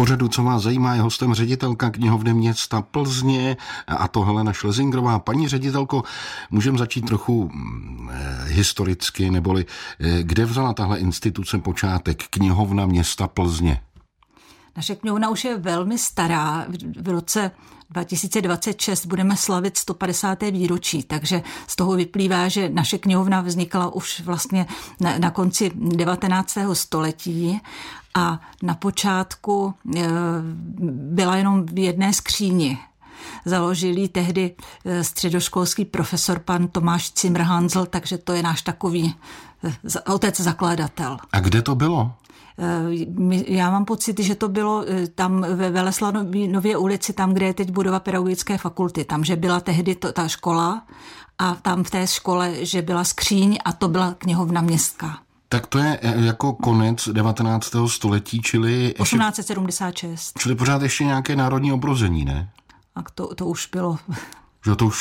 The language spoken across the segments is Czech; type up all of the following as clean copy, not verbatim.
pořadu Co vás zajímá je hostem ředitelka knihovny města Plzně, a to Helena Šlezingrová. Paní ředitelko, můžeme začít trochu historicky, neboli kde vzala tahle instituce počátek, knihovna města Plzně? Naše knihovna už je velmi stará. V roce 2026 budeme slavit 150. výročí, takže z toho vyplývá, že naše knihovna vznikla už vlastně na konci 19. století a na počátku byla jenom v jedné skříni. Založil ji tehdy středoškolský profesor pan Tomáš Cimrhansl, takže to je náš takový otec zakladatel. A kde to bylo? Já mám pocit, že to bylo tam ve Veleslanově ulici, tam, kde je teď budova pedagogické fakulty. Tam, že byla tehdy ta škola a tam v té škole, že byla skříň a to byla knihovna městská. Tak to je jako konec 19. století, čili... 1876. Čili pořád ještě nějaké národní obrození, ne? A to už bylo... Že to už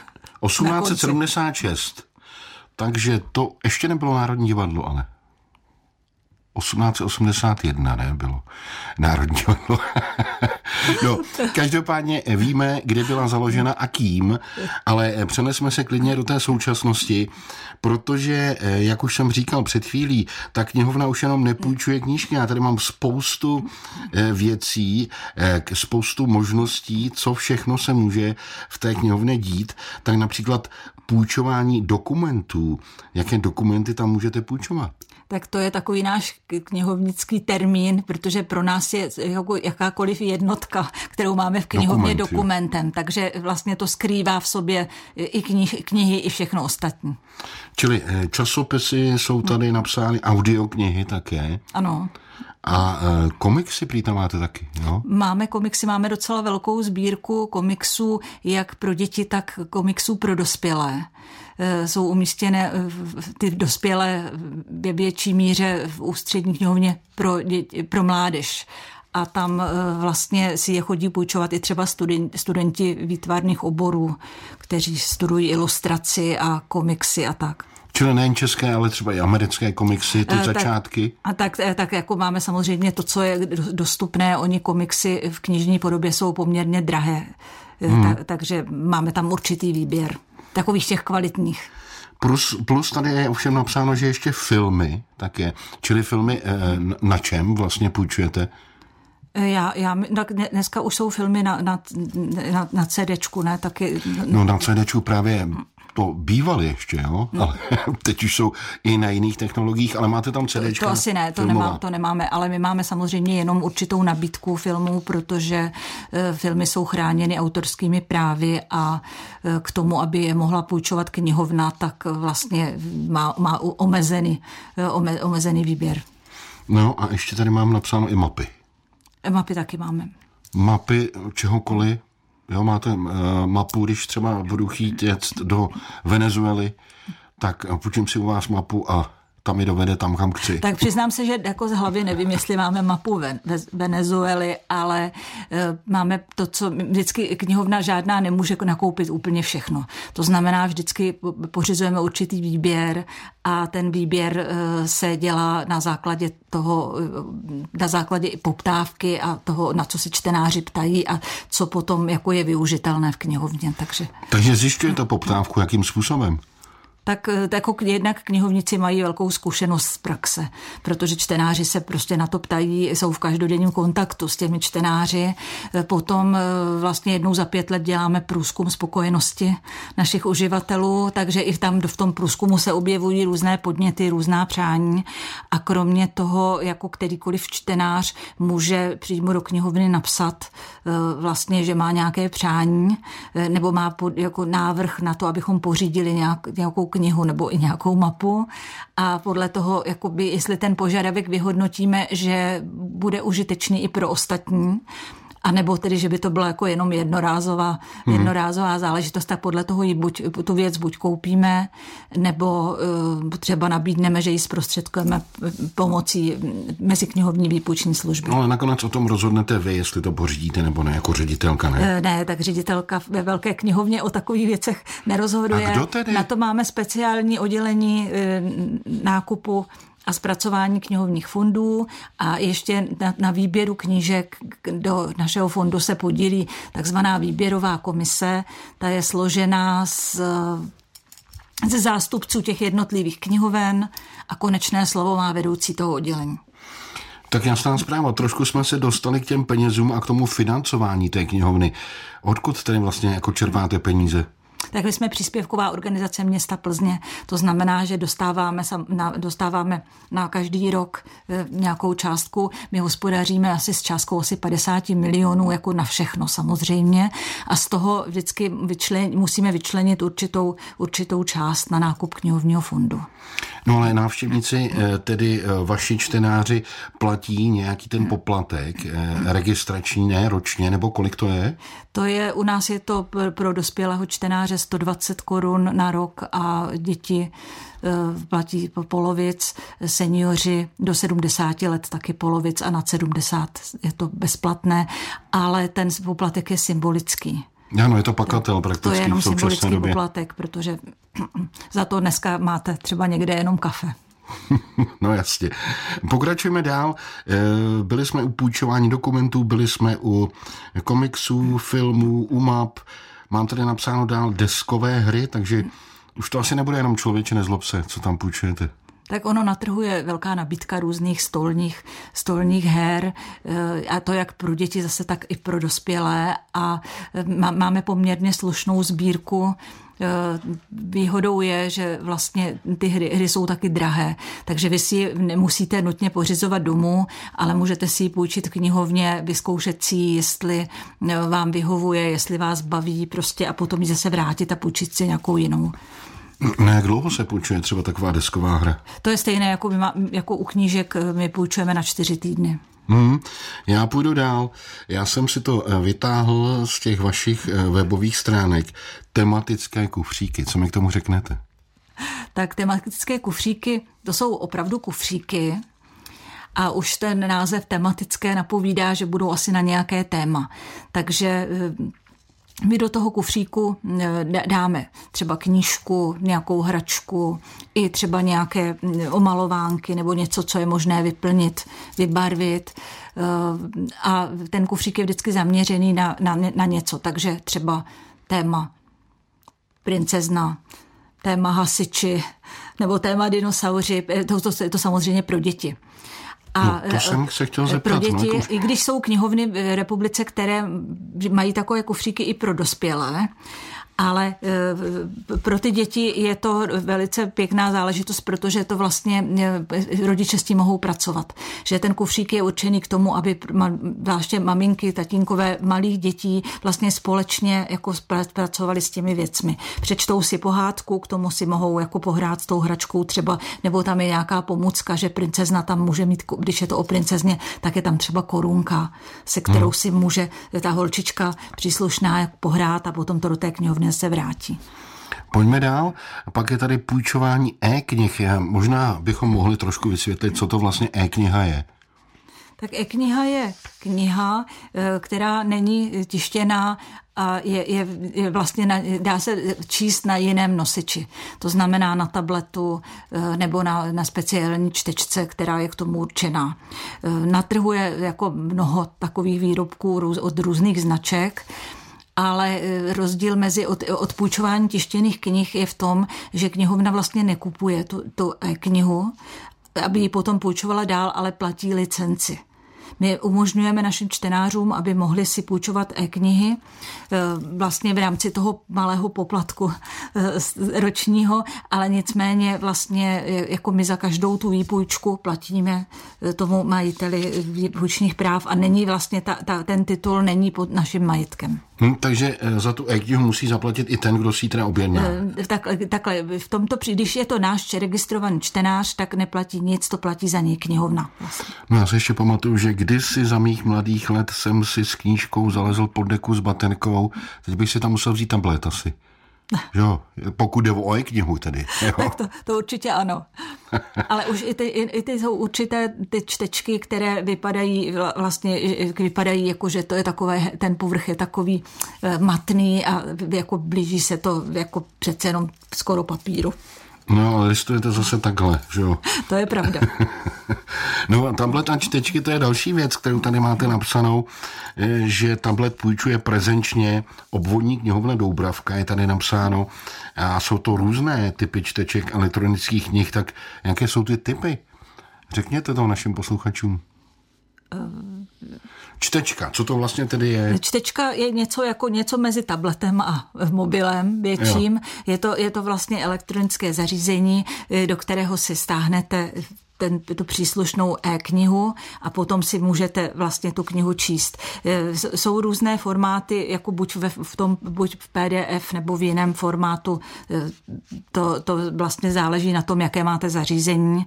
1876. Takže to ještě nebylo Národní divadlo, ale... 1881, ne, bylo Národní divadlo. No, každopádně víme, kde byla založena a kým, ale přenesme se klidně do té současnosti, protože, jak už jsem říkal před chvílí, ta knihovna už jenom nepůjčuje knížky. Já tady mám spoustu věcí, spoustu možností, co všechno se může v té knihovně dít. Tak například půjčování dokumentů. Jaké dokumenty tam můžete půjčovat? Tak to je takový náš knihovnický termín, protože pro nás je jakákoliv jednotka, kterou máme v knihovně dokumentem, takže vlastně to skrývá v sobě i knihy, i všechno ostatní. Čili časopisy jsou tady napsány, audioknihy také. Ano. A komiksy prý tam máte taky, jo? Máme komiksy, máme docela velkou sbírku komiksů, jak pro děti, tak komiksů pro dospělé. Jsou umístěné ty dospělé ve větší míře v ústřední knihovně pro mládež. A tam vlastně si je chodí půjčovat i třeba studenti výtvarných oborů, kteří studují ilustraci a komiksy a tak. Čili nejen české, ale třeba i americké komiksy, ty začátky. Tak jako máme samozřejmě to, co je dostupné. Oni komiksy v knižní podobě jsou poměrně drahé, takže máme tam určitý výběr takových těch kvalitních. Plus tady je ovšem napsáno, že ještě filmy také. Čili filmy na čem vlastně půjčujete? Dneska už jsou filmy na CDčku, ne? Taky... No na CDčku právě to bývaly ještě, jo? Ale teď už jsou i na jiných technologiích, ale máte tam CDčka? To asi ne, to nemáme, ale my máme samozřejmě jenom určitou nabídku filmů, protože filmy jsou chráněny autorskými právy a k tomu, aby je mohla půjčovat knihovna, tak vlastně má omezený výběr. No a ještě tady mám napsáno i mapy. Mapy taky máme. Mapy čehokoliv? Jo, máte mapu, když třeba budu chtít jet do Venezuely, tak půjčím si u vás mapu a tam mi dovede tam, kam chci. Tak přiznám se, že jako z hlavy nevím, jestli máme mapu Venezuely, ale máme to, co vždycky knihovna žádná nemůže nakoupit úplně všechno. To znamená, vždycky pořizujeme určitý výběr a ten výběr se dělá na základě i poptávky a toho, na co si čtenáři ptají a co potom jako je využitelné v knihovně. Takže zjišťujete poptávku, jakým způsobem? Tak jako jednak knihovníci mají velkou zkušenost z praxe, protože čtenáři se prostě na to ptají, jsou v každodenním kontaktu s těmi čtenáři. Potom vlastně jednou za 5 let děláme průzkum spokojenosti našich uživatelů, takže i tam v tom průzkumu se objevují různé podněty, různá přání a kromě toho, jako kterýkoliv čtenář může přímo do knihovny napsat vlastně, že má nějaké přání nebo má jako návrh na to, abychom pořídili nějakou knihu nebo i nějakou mapu a podle toho, jakoby, jestli ten požadavek vyhodnotíme, že bude užitečný i pro ostatní, a nebo tedy, že by to bylo jako jenom jednorázová záležitost, tak podle toho tu věc buď koupíme, nebo třeba nabídneme, že ji zprostředkujeme pomocí meziknihovní výpůjční služby. No ale nakonec o tom rozhodnete vy, jestli to pořídíte nebo ne, jako ředitelka, ne? Ne, tak ředitelka ve velké knihovně o takových věcech nerozhoduje. A kdo tedy? Na to máme speciální oddělení nákupu a zpracování knihovních fondů a ještě na výběru knížek do našeho fondu se podílí takzvaná výběrová komise. Ta je složená ze zástupců těch jednotlivých knihoven a konečné slovo má vedoucí toho oddělení. Tak jasná zpráva. Trošku jsme se dostali k těm penězům a k tomu financování té knihovny. Odkud tedy vlastně jako čerpáte peníze? Tak my jsme příspěvková organizace města Plzně. To znamená, že dostáváme na každý rok nějakou částku. My hospodaříme asi s částkou asi 50 milionů, jako na všechno samozřejmě. A z toho vždycky musíme vyčlenit určitou část na nákup knihovního fondu. No ale návštěvníci, tedy vaši čtenáři, platí nějaký ten poplatek, registrační, ne ročně, nebo kolik to je? U nás je to pro dospělého čtenáře 120 korun na rok a děti platí polovic, seniori do 70 let taky polovic a nad 70 je to bezplatné, ale ten poplatek je symbolický. Ano, je to pakatel prakticky. To je jenom symbolický poplatek, protože za to dneska máte třeba někde jenom kafe. No jasně. Pokračujeme dál. Byli jsme u půjčování dokumentů, byli jsme u komiksů, filmů, u map. Mám tady napsáno dál deskové hry, takže už to asi nebude jenom Člověče nezlob se, co tam půjčujete. Tak ono na trhu je velká nabídka různých stolních her, a to jak pro děti zase, tak i pro dospělé a máme poměrně slušnou sbírku. Výhodou je, že vlastně ty hry jsou taky drahé, takže vy si nemusíte nutně pořizovat domů, ale můžete si ji půjčit v knihovně, vyzkoušet si ji, jestli vám vyhovuje, jestli vás baví prostě a potom ji zase vrátit a půjčit si nějakou jinou. Na jak dlouho se půjčuje třeba taková desková hra? To je stejné jako u knížek, my půjčujeme na 4 týdny. Já půjdu dál. Já jsem si to vytáhl z těch vašich webových stránek. Tematické kufříky. Co mi k tomu řeknete? Tak tematické kufříky, to jsou opravdu kufříky a už ten název tematické napovídá, že budou asi na nějaké téma. Takže my do toho kufříku dáme třeba knížku, nějakou hračku, i třeba nějaké omalovánky nebo něco, co je možné vyplnit, vybarvit. A ten kufřík je vždycky zaměřený na něco. Takže třeba téma princezna, téma hasiči nebo téma dinosauři. To samozřejmě pro děti. A to jsem se chtěl zeptat. Pro děti, i když jsou knihovny v republice, které mají takové kufříky i pro dospělé, ale pro ty děti je to velice pěkná záležitost, protože to vlastně rodiče s tím mohou pracovat. Že ten kufřík je určený k tomu, aby zvláště maminky, tatínkové malých dětí vlastně společně jako pracovali s těmi věcmi. Přečtou si pohádku, k tomu si mohou jako pohrát s tou hračkou třeba, nebo tam je nějaká pomůcka, že princezna tam může mít, když je to o princezně, tak je tam třeba korunka, se kterou si může ta holčička příslušná pohrát a potom to do té knihovny se vrátí. Pojďme dál. Pak je tady půjčování e-knih. Možná bychom mohli trošku vysvětlit, co to vlastně e-kniha je. Tak e-kniha je kniha, která není tištěná a je vlastně dá se číst na jiném nosiči. To znamená na tabletu nebo na speciální čtečce, která je k tomu určená. Na trhu je jako mnoho takových výrobků od různých značek, ale rozdíl mezi odpůjčování tištěných knih je v tom, že knihovna vlastně nekupuje tu e-knihu, aby ji potom půjčovala dál, ale platí licenci. My umožňujeme našim čtenářům, aby mohli si půjčovat e-knihy vlastně v rámci toho malého poplatku ročního, ale nicméně vlastně jako my za každou tu výpůjčku platíme tomu majiteli výpůjčních práv a není vlastně ten titul není pod naším majetkem. Takže za tu e-knihu musí zaplatit i ten, kdo si ji teda objedná. Takhle, v tomto, když je to náš registrovaný čtenář, tak neplatí nic, to platí za něj knihovna. Vlastně. No já se ještě pamatuju, že kdysi za mých mladých let jsem si s knížkou zalezl pod deku s baterkou, teď bych si tam musel vzít tablet asi. Jo, pokud jde o e-knihu tedy. Jo. Tak to určitě ano. Ale už i ty jsou určité ty čtečky, které vypadají jako, že to je takové, ten povrch je takový matný a jako blíží se to jako přece jenom skoro papíru. No, ale listujete zase takhle, že jo? To je pravda. No a tablet a čtečky, to je další věc, kterou tady máte napsanou, že tablet půjčuje prezenčně obvodní knihovna Doubravka, je tady napsáno, a jsou to různé typy čteček elektronických knih, tak jaké jsou ty typy? Řekněte to našim posluchačům. Čtečka, co to vlastně tedy je? Čtečka je něco mezi tabletem a mobilem větším. Je to vlastně elektronické zařízení, do kterého si stáhnete tu příslušnou e-knihu a potom si můžete vlastně tu knihu číst. Jsou různé formáty, jako buď v PDF nebo v jiném formátu. To vlastně záleží na tom, jaké máte zařízení.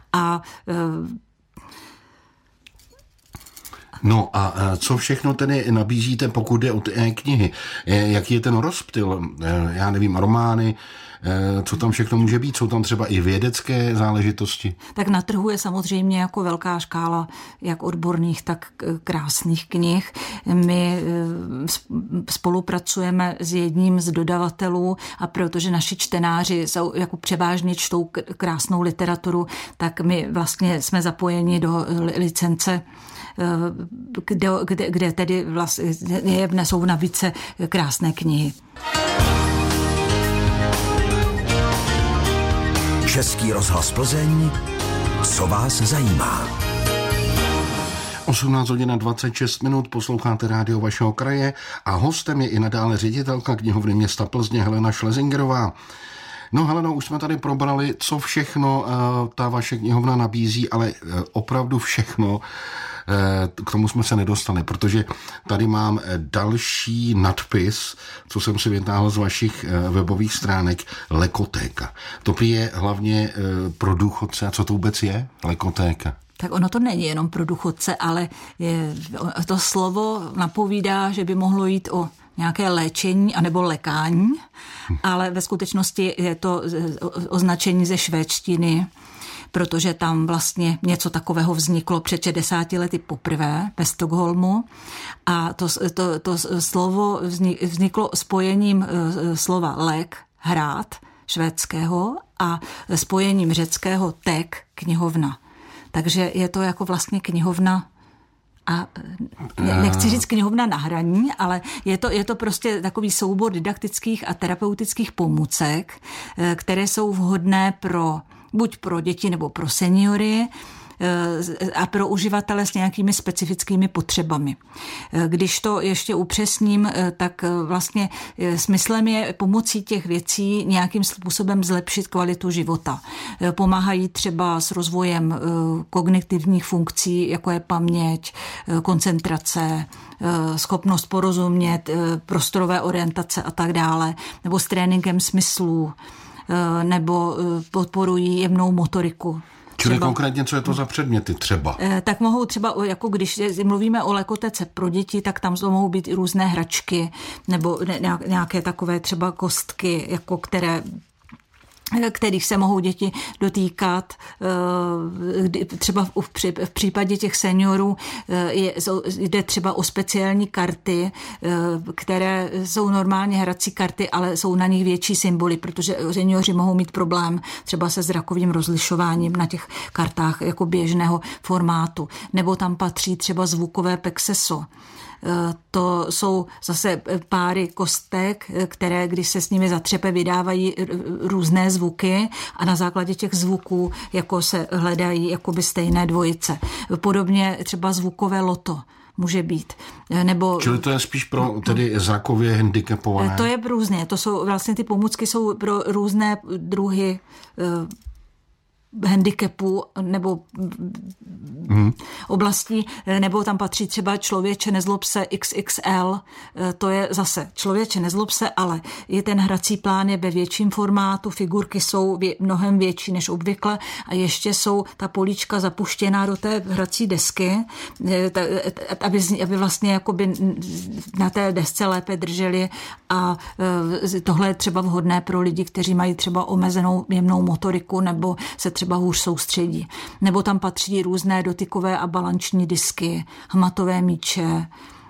No a co všechno tedy nabízíte, pokud jde o ty e-knihy? Jaký je ten rozptyl? Já nevím, romány, co tam všechno může být? Jsou tam třeba i vědecké záležitosti? Tak na trhu je samozřejmě jako velká škála jak odborných, tak krásných knih. My spolupracujeme s jedním z dodavatelů a protože naši čtenáři jsou jako převážně čtou krásnou literaturu, tak my vlastně jsme zapojeni do licence, kde tedy vlastně jsou na více krásné knihy. Český rozhlas Plzeň, co vás zajímá? 18:26, posloucháte rádio vašeho kraje a hostem je i nadále ředitelka knihovny města Plzně Helena Šlezingerová. No Heleno, už jsme tady probrali, co všechno ta vaše knihovna nabízí, ale opravdu všechno. K tomu jsme se nedostali, protože tady mám další nadpis, co jsem si vytáhl z vašich webových stránek, lekotéka. To je hlavně pro důchodce. A co to vůbec je, lekotéka? Tak ono to není jenom pro důchodce, ale to slovo napovídá, že by mohlo jít o nějaké léčení anebo lekání, ale ve skutečnosti je to označení ze švédštiny, protože tam vlastně něco takového vzniklo před 60 lety poprvé ve Stockholmu a to slovo vzniklo spojením slova lék, hrát, švédského a spojením řeckého tek, knihovna. Takže je to jako vlastně knihovna a nechci říct knihovna na hraní, ale je to prostě takový soubor didaktických a terapeutických pomůcek, které jsou vhodné buď pro děti nebo pro seniory a pro uživatele s nějakými specifickými potřebami. Když to ještě upřesním, tak vlastně smyslem je pomocí těch věcí nějakým způsobem zlepšit kvalitu života. Pomáhají třeba s rozvojem kognitivních funkcí, jako je paměť, koncentrace, schopnost porozumět, prostorové orientace a tak dále, nebo s tréninkem smyslů, nebo podporují jemnou motoriku. Čili konkrétně, co je to za předměty třeba? Tak mohou třeba, jako když mluvíme o lekotece pro děti, tak tam mohou být i různé hračky nebo nějaké takové třeba kostky, jako kterých se mohou děti dotýkat. Třeba v případě těch seniorů jde třeba o speciální karty, které jsou normálně hrací karty, ale jsou na nich větší symboly, protože seniori mohou mít problém třeba se zrakovým rozlišováním na těch kartách jako běžného formátu. Nebo tam patří třeba zvukové pexeso. To jsou zase páry kostek, které, když se s nimi zatřepe, vydávají různé zvuky a na základě těch zvuků jako se hledají jakoby stejné dvojice. Podobně třeba zvukové loto může být. Čili to je spíš pro tedy zrakově handicapované? To je různě. To jsou vlastně ty pomůcky jsou pro různé druhy handicapů nebo oblastí, nebo tam patří třeba člověče nezlob se XXL, to je zase člověče nezlob se, ale je ten hrací plán je ve větším formátu, figurky jsou mnohem větší než obvykle a ještě jsou ta políčka zapuštěná do té hrací desky, aby vlastně jakoby na té desce lépe drželi a tohle je třeba vhodné pro lidi, kteří mají třeba omezenou jemnou motoriku nebo se třeba hůř soustředí. Nebo tam patří různé dotykové a balanční disky, hmatové míče,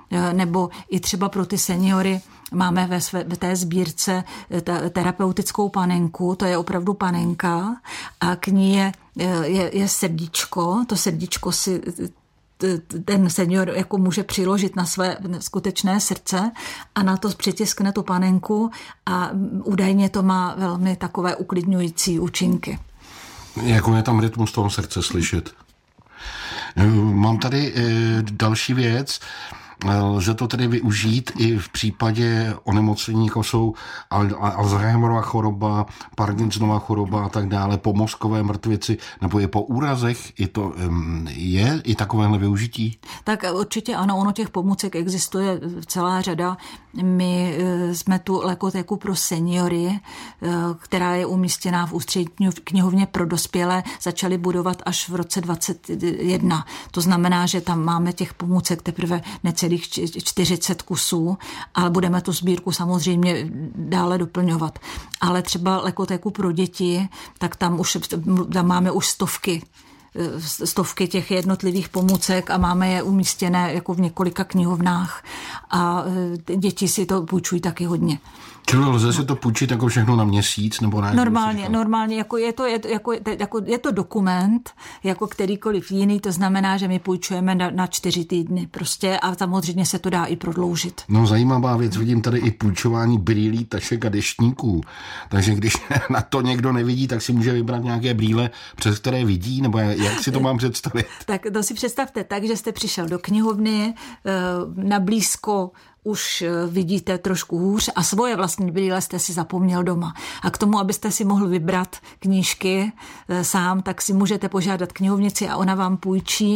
nebo i třeba pro ty seniory máme ve té sbírce terapeutickou panenku, to je opravdu panenka a k ní je srdíčko, to srdíčko si ten senior jako může přiložit na své skutečné srdce a na to přitiskne tu panenku a údajně to má velmi takové uklidňující účinky. Jako je tam rytmus toho srdce slyšet. Mám tady další věc. Lze to tedy využít i v případě onemocnění, jako jsou Alzheimerova choroba, Parkinsonova choroba a tak dále, po mozkové mrtvici, nebo je po úrazech, je i takovéhle využití? Tak určitě ano, ono těch pomůcek existuje celá řada. My jsme tu lekotéku pro seniory, která je umístěná v Ústřední knihovně pro dospělé, začali budovat až v roce 2021. To znamená, že tam máme těch pomůcek teprve necelých 40 kusů, ale budeme tu sbírku samozřejmě dále doplňovat. Ale třeba lekotéku pro děti, tak tam máme už stovky těch jednotlivých pomůcek a máme je umístěné jako v několika knihovnách a děti si to půjčují taky hodně. Čili lze si to půjčit jako všechno na měsíc nebo na Normálně, jako je to dokument, jako kterýkoliv jiný, to znamená, že my půjčujeme na 4 týdny prostě a samozřejmě se to dá i prodloužit. No zajímavá věc, vidím tady i půjčování brýlí, tašek a deštníků, takže když na to někdo nevidí, tak si může vybrat nějaké brýle, přes které vidí, nebo jak si to mám představit? Tak to si představte tak, že jste přišel do knihovny, na blízko už vidíte trošku hůř a svoje vlastní brýle jste si zapomněl doma. A k tomu, abyste si mohl vybrat knížky sám, tak si můžete požádat knihovnici a ona vám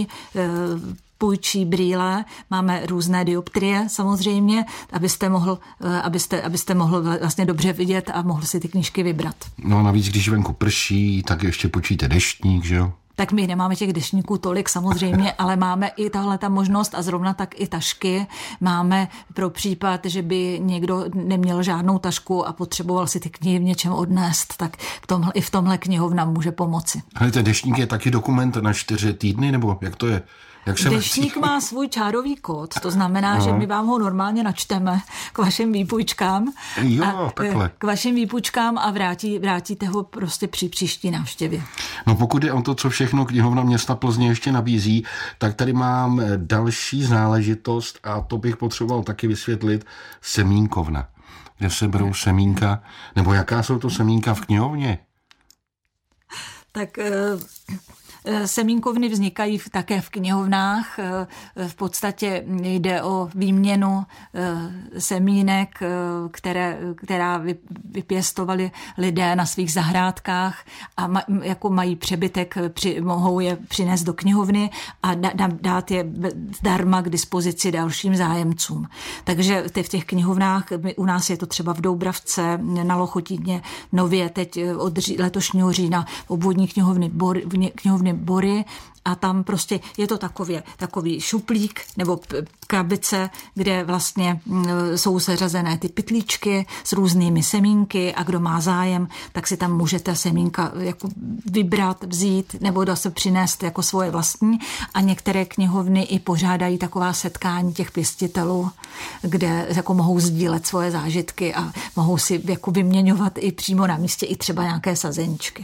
půjčí brýle, máme různé dioptrie samozřejmě, abyste mohl vlastně dobře vidět a mohl si ty knížky vybrat. No a navíc, když venku prší, tak ještě půjčíte deštník, že jo? Tak my nemáme těch deštníků tolik samozřejmě, ale máme i tahle ta možnost a zrovna tak i tašky. Máme pro případ, že by někdo neměl žádnou tašku a potřeboval si ty knihy v něčem odnést, tak i v tomhle knihovna může pomoci. Ale ten deštník je taky dokument na 4 týdny, nebo jak to je? Deštník má svůj čárový kód, to znamená, že my vám ho normálně načteme k vašim výpůjčkám. Jo, takhle. K vašim výpůjčkám a vrátíte ho prostě při příští návštěvě. No pokud je o to, co všechno knihovna města Plzně ještě nabízí, tak tady mám další záležitost a to bych potřeboval taky vysvětlit. Semínkovna. Kde se berou semínka, nebo jaká jsou to semínka v knihovně? Tak semínkovny vznikají také v knihovnách. V podstatě jde o výměnu semínek, která vypěstovali lidé na svých zahrádkách a jako mají přebytek, mohou je přinést do knihovny a dát je zdarma k dispozici dalším zájemcům. Takže v těch knihovnách, u nás je to třeba v Doubravce, na Lochotíně, nově teď od letošního října v obvodní knihovny Bory a tam prostě je to takový šuplík nebo krabice, kde vlastně jsou seřazené ty pytlíčky s různými semínky a kdo má zájem, tak si tam můžete semínka jako vybrat, vzít nebo dá se přinést jako svoje vlastní a některé knihovny i pořádají taková setkání těch pěstitelů, kde jako mohou sdílet svoje zážitky a mohou si jako vyměňovat i přímo na místě i třeba nějaké sazeničky.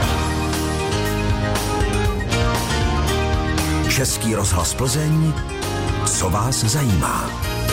Český rozhlas Plzeň, co vás zajímá?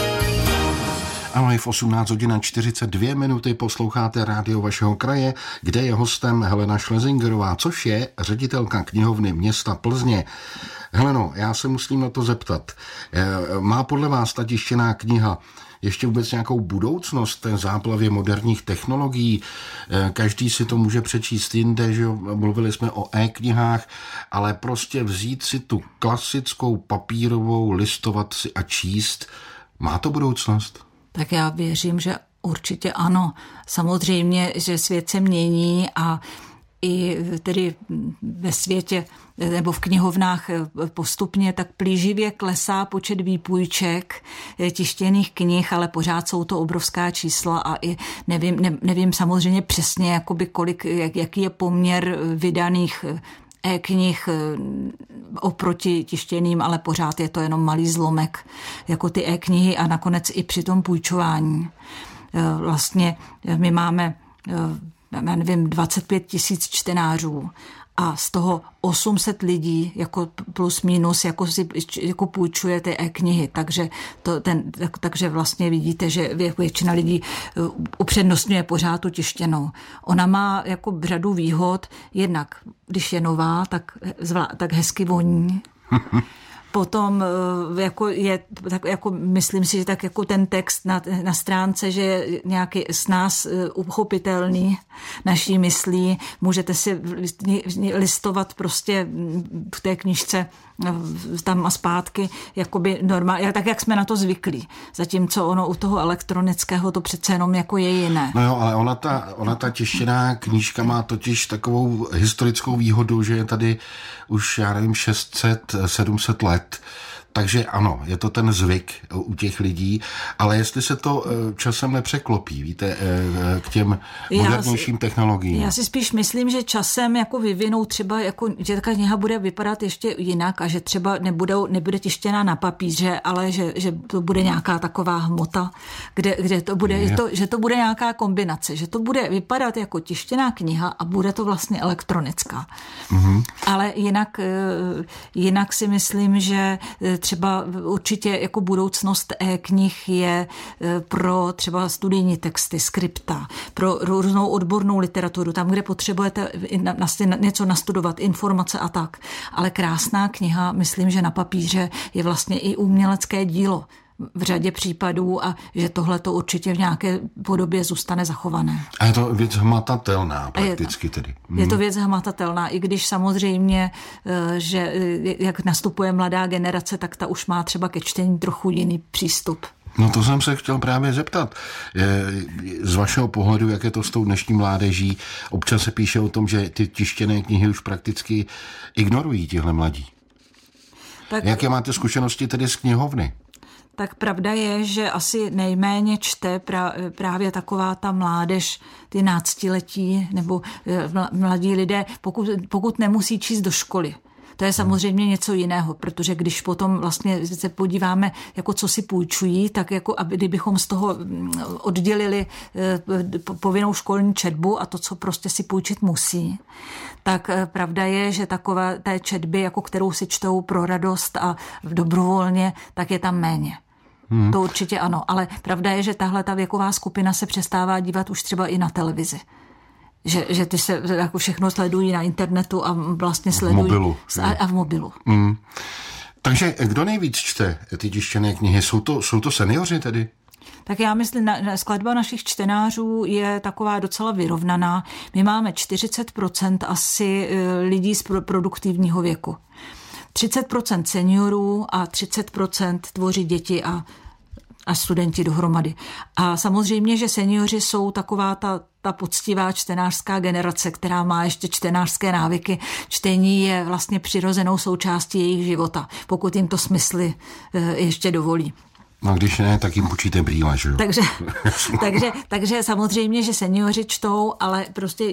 A v 18:42 posloucháte rádio vašeho kraje, kde je hostem Helena Šlezingerová, což je ředitelka knihovny města Plzně. Heleno, já se musím na to zeptat. Má podle vás ta tištěná kniha ještě vůbec nějakou budoucnost té záplavě moderních technologií? Každý si to může přečíst jinde, že mluvili jsme o e-knihách, ale prostě vzít si tu klasickou papírovou, listovat si a číst, má to budoucnost? Tak já věřím, že určitě ano. Samozřejmě, že svět se mění a i tedy ve světě nebo v knihovnách postupně tak plíživě klesá počet výpůjček tištěných knih, ale pořád jsou to obrovská čísla a i nevím samozřejmě přesně, jakoby jaký je poměr vydaných e-knih oproti tištěným, ale pořád je to jenom malý zlomek, jako ty e-knihy a nakonec i při tom půjčování. Vlastně my máme, já nevím, 25 000 čtenářů a z toho 800 lidí jako plus minus jako půjčuje ty e-knihy, takže vlastně vidíte, že většina lidí upřednostňuje pořád tu tištěnou. Ona má jako řadu výhod, jednak když je nová, tak hezky voní. Potom myslím si, že tak jako ten text na stránce, že je nějaký s nás uchopitelný naší myslí. Můžete si listovat prostě v té knížce tam a zpátky, jakoby normálně, tak jak jsme na to zvyklí. Zatímco ono u toho elektronického to přece jenom jako je jiné. No jo, ale ona ta tištěná knížka má totiž takovou historickou výhodu, že je tady už, já nevím, 600-700 let. Takže ano, je to ten zvyk u těch lidí, ale jestli se to časem nepřeklopí, víte, k těm modernějším technologiím. Já si spíš myslím, že časem jako vyvinou třeba, že ta kniha bude vypadat ještě jinak a že třeba nebude tištěná na papíře, ale že to bude nějaká taková hmota, kde to bude, že to bude nějaká kombinace, že to bude vypadat jako tištěná kniha a bude to vlastně elektronická. Mm-hmm. Ale jinak si myslím, že třeba určitě jako budoucnost e-knih je pro třeba studijní texty, skripta, pro různou odbornou literaturu, tam, kde potřebujete něco nastudovat, informace a tak. Ale krásná kniha, myslím, že na papíře je vlastně i umělecké dílo v řadě případů a že tohle to určitě v nějaké podobě zůstane zachované. A je to věc hmatatelná prakticky tedy. Je to věc hmatatelná, i když samozřejmě, že jak nastupuje mladá generace, tak ta už má třeba ke čtení trochu jiný přístup. No to jsem se chtěl právě zeptat. Z vašeho pohledu, jak je to s tou dnešní mládeží? Občas se píše o tom, že ty tištěné knihy už prakticky ignorují tihle mladí. Tak, jaké máte zkušenosti tedy z knihovny? Tak pravda je, že asi nejméně čte právě taková ta mládež, ty náctiletí nebo mladí lidé, pokud nemusí číst do školy. To je samozřejmě něco jiného, protože když potom vlastně se podíváme, jako co si půjčují, tak jako kdybychom z toho oddělili povinnou školní četbu a to, co prostě si půjčit musí, tak pravda je, že takové té četby, jako kterou si čtou pro radost a dobrovolně, tak je tam méně. To určitě ano, ale pravda je, že tahle ta věková skupina se přestává dívat už třeba i na televizi. Že ty se jako všechno sledují na internetu a vlastně sledují v mobilu. Takže kdo nejvíc čte ty tištěné knihy? Jsou to seniori tedy? Tak já myslím, skladba našich čtenářů je taková docela vyrovnaná. My máme 40% asi lidí z produktivního věku. 30% seniorů a 30% tvoří děti a studenti dohromady. A samozřejmě, že seniori jsou taková ta poctivá čtenářská generace, která má ještě čtenářské návyky. Čtení je vlastně přirozenou součástí jejich života, pokud jim to smysly ještě dovolí. No když ne, tak jim půjčíte brýle, že jo? Takže samozřejmě, že seniori čtou, ale prostě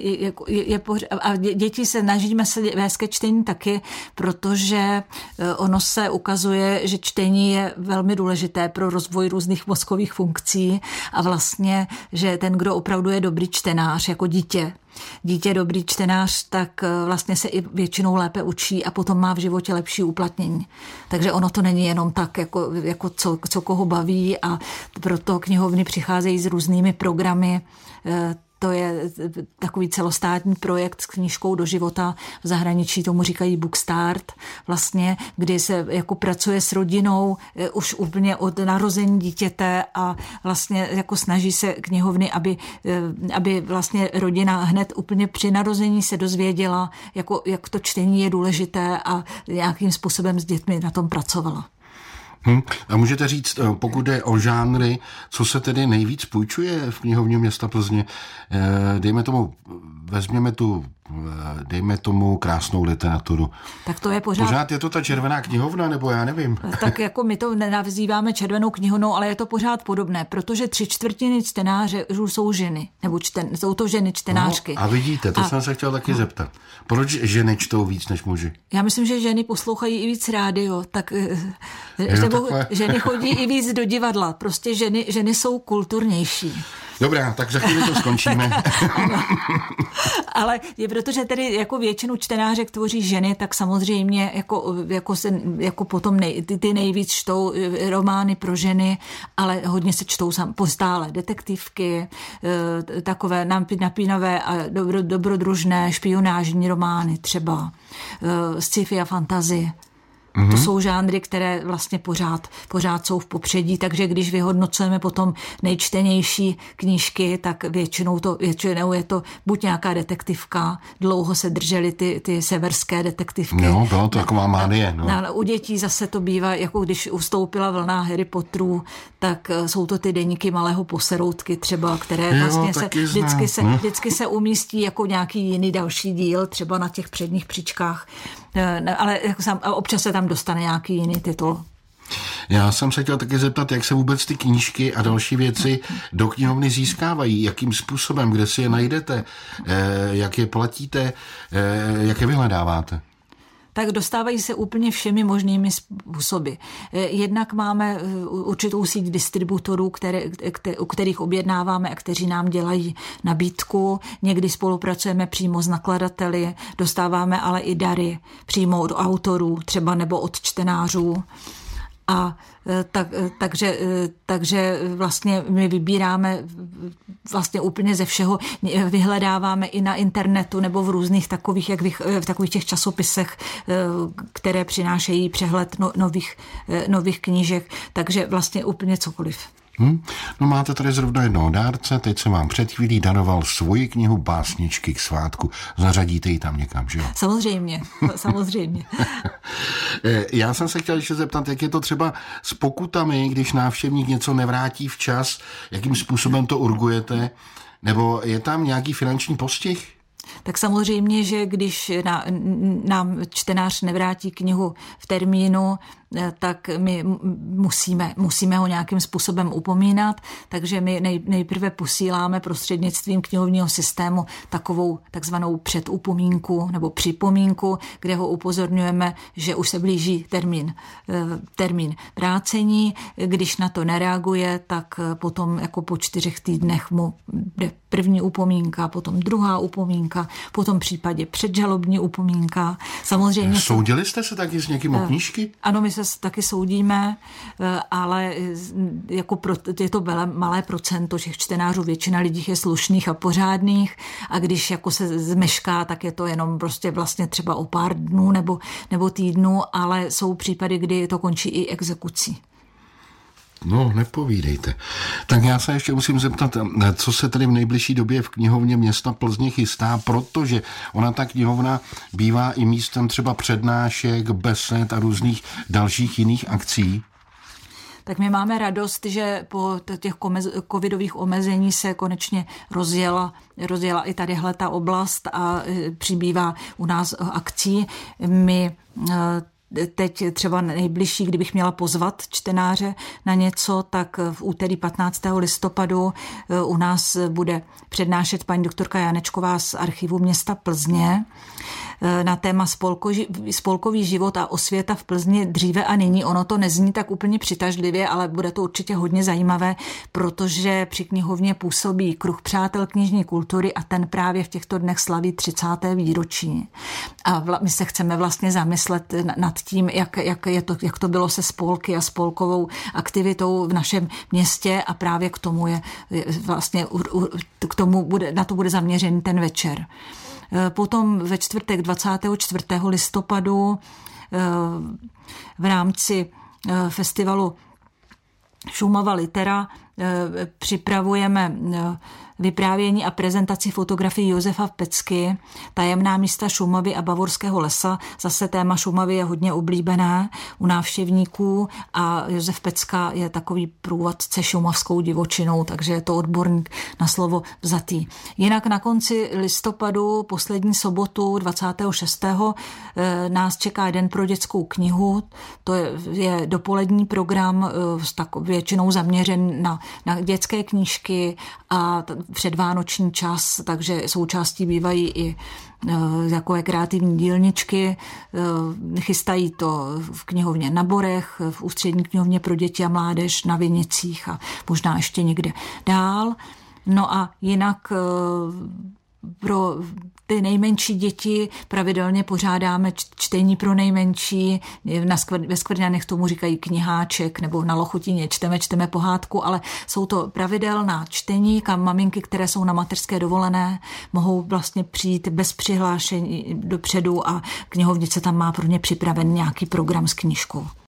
a děti se snažíme se vést ke čtení taky, protože ono se ukazuje, že čtení je velmi důležité pro rozvoj různých mozkových funkcí a vlastně, že ten, kdo opravdu je dobrý čtenář, jako dítě dobrý čtenář, tak vlastně se i většinou lépe učí a potom má v životě lepší uplatnění. Takže ono to není jenom tak, jako co koho baví a proto knihovny přicházejí s různými programy. To je takový celostátní projekt s knížkou do života. V zahraničí tomu říkají Bookstart, vlastně, kdy se jako pracuje s rodinou už úplně od narození dítěte a vlastně jako snaží se knihovny, aby vlastně rodina hned úplně při narození se dozvěděla, jak to čtení je důležité a nějakým způsobem s dětmi na tom pracovala. A můžete říct, pokud jde o žánry, co se tedy nejvíc půjčuje v knihovně města Plzně? Dejme tomu, vezměme tu dejme tomu krásnou literaturu. Tak to je Pořád je to ta červená knihovna, nebo já nevím. Tak jako my to nenazýváme červenou knihovnou, ale je to pořád podobné, protože 3/4 čtenářů jsou ženy, nebo jsou to ženy čtenářky. No, a vidíte, to jsem se chtěl taky zeptat. Proč ženy čtou víc než muži? Já myslím, že ženy poslouchají i víc rádio, nebo ženy chodí i víc do divadla. Prostě ženy jsou kulturnější. Dobrá, tak za chvíli to skončíme. Ale je protože tedy jako většinu čtenářek tvoří ženy, tak samozřejmě jako potom ty nejvíc čtou romány pro ženy, ale hodně se čtou postále detektivky, takové napínavé a dobrodružné špionážní romány třeba, sci-fi a fantasy. To jsou žánry, které vlastně pořád jsou v popředí, takže když vyhodnocujeme potom nejčtenější knížky, tak většinou je to buď nějaká detektivka, dlouho se držely ty severské detektivky. No, bylo to taková mánie. No. U dětí zase to bývá, jako když ustoupila vlna Harry Potterů, tak jsou to ty deníky malého poseroutky třeba, které vlastně vždycky se umístí jako nějaký jiný další díl, třeba na těch předních příčkách, ale občas se tam dostane nějaký jiný titul. Já jsem se chtěl taky zeptat, jak se vůbec ty knížky a další věci do knihovny získávají, jakým způsobem, kde si je najdete, jak je platíte, jak je vyhledáváte. Tak dostávají se úplně všemi možnými způsoby. Jednak máme určitou síť distributorů, u kterých objednáváme a kteří nám dělají nabídku. Někdy spolupracujeme přímo s nakladateli, dostáváme ale i dary přímo od autorů, třeba nebo od čtenářů. A takže vlastně my vybíráme vlastně úplně ze všeho, vyhledáváme i na internetu nebo v různých takových, v takových těch časopisech, které přinášejí přehled nových knížek, takže vlastně úplně cokoliv. No máte tady zrovna jednoho dárce, teď jsem vám před chvílí daroval svoji knihu Básničky k svátku. Zařadíte ji tam někam, že jo? Samozřejmě. Já jsem se chtěl ještě zeptat, jak je to třeba s pokutami, když návštěvník něco nevrátí včas, jakým způsobem to urgujete, nebo je tam nějaký finanční postih? Tak samozřejmě, že když nám čtenář nevrátí knihu v termínu, tak my musíme ho nějakým způsobem upomínat, takže my nejprve posíláme prostřednictvím knihovního systému takovou takzvanou předupomínku nebo připomínku, kde ho upozorňujeme, že už se blíží termín vrácení. Když na to nereaguje, tak potom jako po 4 týdnech mu jde první upomínka, potom druhá upomínka, potom v případě předžalobní upomínka. Samozřejmě soudili jste se taky s někým o knížky? Ano, my se taky soudíme, ale jako je to malé procento těch čtenářů, většina lidí je slušných a pořádných a když jako se zmešká, tak je to jenom prostě vlastně třeba o pár dnů nebo týdnů, ale jsou případy, kdy to končí i exekucí. No, nepovídejte. Tak já se ještě musím zeptat, co se tady v nejbližší době v knihovně města Plzně chystá, protože ona ta knihovna bývá i místem třeba přednášek, besed a různých dalších jiných akcí. Tak my máme radost, že po těch covidových omezení se konečně rozjela i tadyhle ta oblast a přibývá u nás akcí. My teď třeba nejbližší, kdybych měla pozvat čtenáře na něco, tak v úterý 15. listopadu u nás bude přednášet paní doktorka Janečková z archivu města Plzně na téma spolkový život a osvěta v Plzni dříve a nyní. Ono to nezní tak úplně přitažlivě, ale bude to určitě hodně zajímavé, protože při knihovně působí Kruh přátel knižní kultury a ten právě v těchto dnech slaví 30. výročí. A my se chceme vlastně zamyslet nad tím, jak to bylo se spolky a spolkovou aktivitou v našem městě a právě k tomu je vlastně na to bude zaměřený ten večer. Potom ve čtvrtek 24. listopadu v rámci festivalu Šumava Litera připravujeme vyprávění a prezentaci fotografií Josefa Pecky, tajemná místa Šumavy a Bavorského lesa. Zase téma Šumavy je hodně oblíbené u návštěvníků a Josef Pecka je takový průvodce šumavskou divočinou, takže je to odborník na slovo vzatý. Jinak na konci listopadu, poslední sobotu 26. nás čeká Den pro dětskou knihu. To je dopolední program, většinou zaměřen na dětské knížky a předvánoční čas, takže součástí bývají i takové kreativní dílničky. Chystají to v knihovně na Borech, v ústřední knihovně pro děti a mládež na Vinicích a možná ještě někde dál. No a jinak pro ty nejmenší děti pravidelně pořádáme čtení pro nejmenší. Ve Skvrňanech tomu říkají kniháček, nebo na Lochutině čteme pohádku, ale jsou to pravidelná čtení, kam maminky, které jsou na mateřské dovolené, mohou vlastně přijít bez přihlášení dopředu a knihovnice tam má pro ně připraven nějaký program s knížkou.